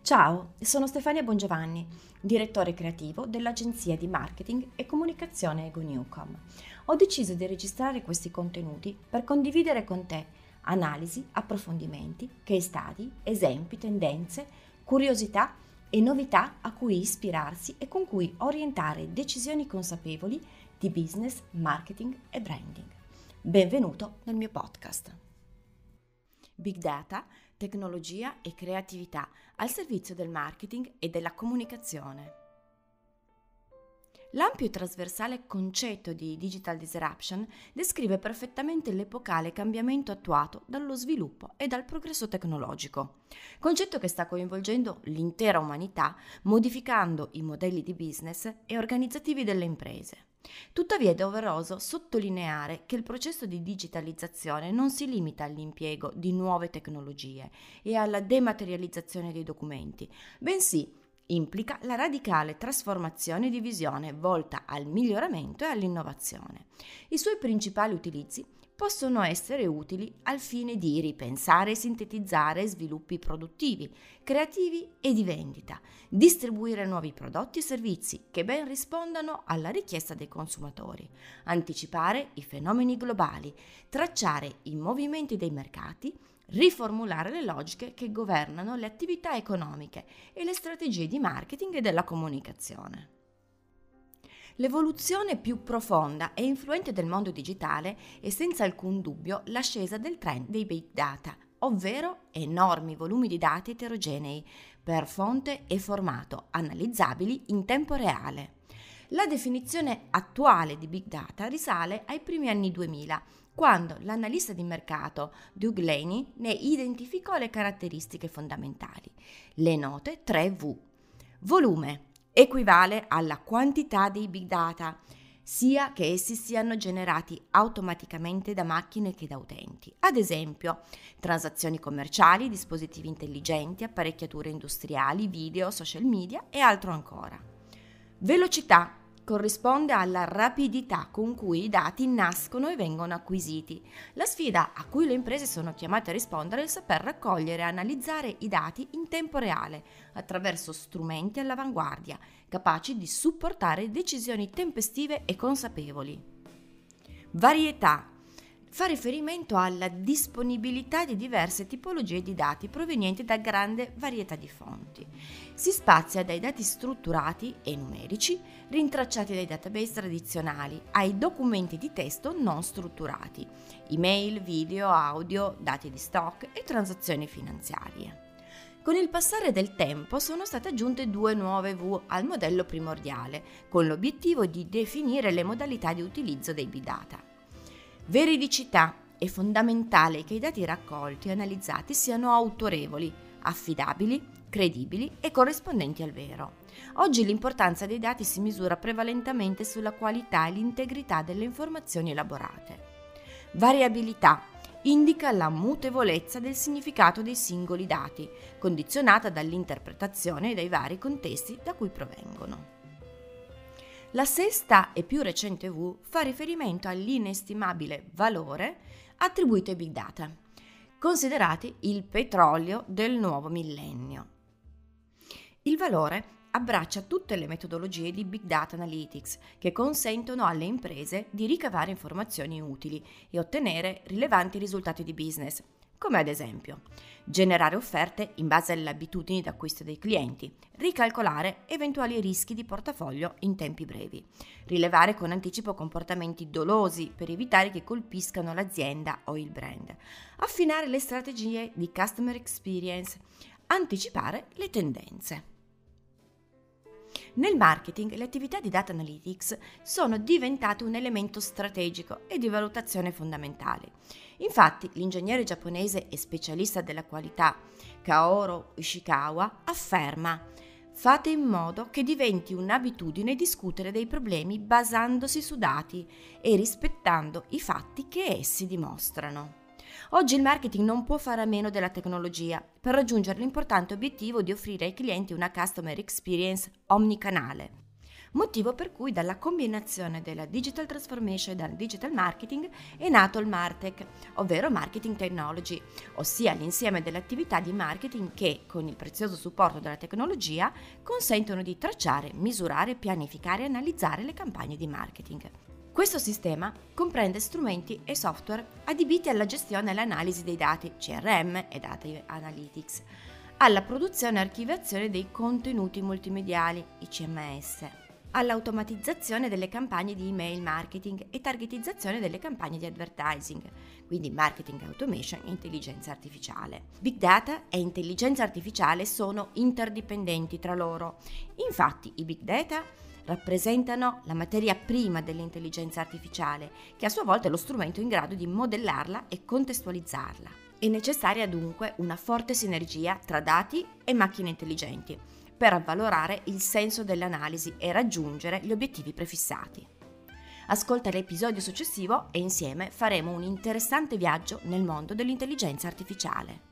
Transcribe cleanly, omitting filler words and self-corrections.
Ciao, sono Stefania Bongiovanni, direttore creativo dell'agenzia di marketing e comunicazione Ego Newcom. Ho deciso di registrare questi contenuti per condividere con te analisi, approfondimenti, case study, esempi, tendenze, curiosità e novità a cui ispirarsi e con cui orientare decisioni consapevoli di business, marketing e branding. Benvenuto nel mio podcast. Big Data, tecnologia e creatività al servizio del marketing e della comunicazione. L'ampio e trasversale concetto di digital disruption descrive perfettamente l'epocale cambiamento attuato dallo sviluppo e dal progresso tecnologico, concetto che sta coinvolgendo l'intera umanità, modificando i modelli di business e organizzativi delle imprese. Tuttavia è doveroso sottolineare che il processo di digitalizzazione non si limita all'impiego di nuove tecnologie e alla dematerializzazione dei documenti, bensì implica la radicale trasformazione di visione volta al miglioramento e all'innovazione. I suoi principali utilizzi possono essere utili al fine di ripensare e sintetizzare sviluppi produttivi, creativi e di vendita, distribuire nuovi prodotti e servizi che ben rispondano alla richiesta dei consumatori, anticipare i fenomeni globali, tracciare i movimenti dei mercati, riformulare le logiche che governano le attività economiche e le strategie di marketing e della comunicazione. L'evoluzione più profonda e influente del mondo digitale è senza alcun dubbio l'ascesa del trend dei big data, ovvero enormi volumi di dati eterogenei per fonte e formato, analizzabili in tempo reale. La definizione attuale di big data risale ai primi anni 2000, quando l'analista di mercato Doug Laney ne identificò le caratteristiche fondamentali, le note 3V. Volume equivale alla quantità dei big data, sia che essi siano generati automaticamente da macchine che da utenti. Ad esempio, transazioni commerciali, dispositivi intelligenti, apparecchiature industriali, video, social media e altro ancora. Velocità corrisponde alla rapidità con cui i dati nascono e vengono acquisiti. La sfida a cui le imprese sono chiamate a rispondere è il saper raccogliere e analizzare i dati in tempo reale attraverso strumenti all'avanguardia, capaci di supportare decisioni tempestive e consapevoli. Varietà fa riferimento alla disponibilità di diverse tipologie di dati provenienti da grande varietà di fonti. Si spazia dai dati strutturati e numerici, rintracciati dai database tradizionali, ai documenti di testo non strutturati, email, video, audio, dati di stock e transazioni finanziarie. Con il passare del tempo sono state aggiunte due nuove V al modello primordiale, con l'obiettivo di definire le modalità di utilizzo dei big data. Veridicità. È fondamentale che i dati raccolti e analizzati siano autorevoli, affidabili, credibili e corrispondenti al vero. Oggi l'importanza dei dati si misura prevalentemente sulla qualità e l'integrità delle informazioni elaborate. Variabilità indica la mutevolezza del significato dei singoli dati, condizionata dall'interpretazione e dai vari contesti da cui provengono. La sesta e più recente V fa riferimento all'inestimabile valore attribuito ai big data, considerati il petrolio del nuovo millennio. Il valore abbraccia tutte le metodologie di Big Data Analytics che consentono alle imprese di ricavare informazioni utili e ottenere rilevanti risultati di business, come ad esempio generare offerte in base alle abitudini d'acquisto dei clienti, ricalcolare eventuali rischi di portafoglio in tempi brevi, rilevare con anticipo comportamenti dolosi per evitare che colpiscano l'azienda o il brand, affinare le strategie di customer experience, anticipare le tendenze. Nel marketing le attività di data analytics sono diventate un elemento strategico e di valutazione fondamentale. Infatti, l'ingegnere giapponese e specialista della qualità Kaoru Ishikawa afferma: fate in modo che diventi un'abitudine discutere dei problemi basandosi su dati e rispettando i fatti che essi dimostrano. Oggi il marketing non può fare a meno della tecnologia per raggiungere l'importante obiettivo di offrire ai clienti una customer experience omnicanale. motivo per cui dalla combinazione della digital transformation e dal digital marketing è nato il MarTech, ovvero Marketing Technology, ossia l'insieme delle attività di marketing che, con il prezioso supporto della tecnologia, consentono di tracciare, misurare, pianificare e analizzare le campagne di marketing. Questo sistema comprende strumenti e software adibiti alla gestione e all'analisi dei dati CRM e Data Analytics, alla produzione e archiviazione dei contenuti multimediali, i CMS, all'automatizzazione delle campagne di email marketing e targetizzazione delle campagne di advertising, quindi marketing automation e intelligenza artificiale. Big data e intelligenza artificiale sono interdipendenti tra loro. Infatti i big data rappresentano la materia prima dell'intelligenza artificiale, che a sua volta è lo strumento in grado di modellarla e contestualizzarla. È necessaria dunque una forte sinergia tra dati e macchine intelligenti per avvalorare il senso dell'analisi e raggiungere gli obiettivi prefissati. Ascolta l'episodio successivo e insieme faremo un interessante viaggio nel mondo dell'intelligenza artificiale.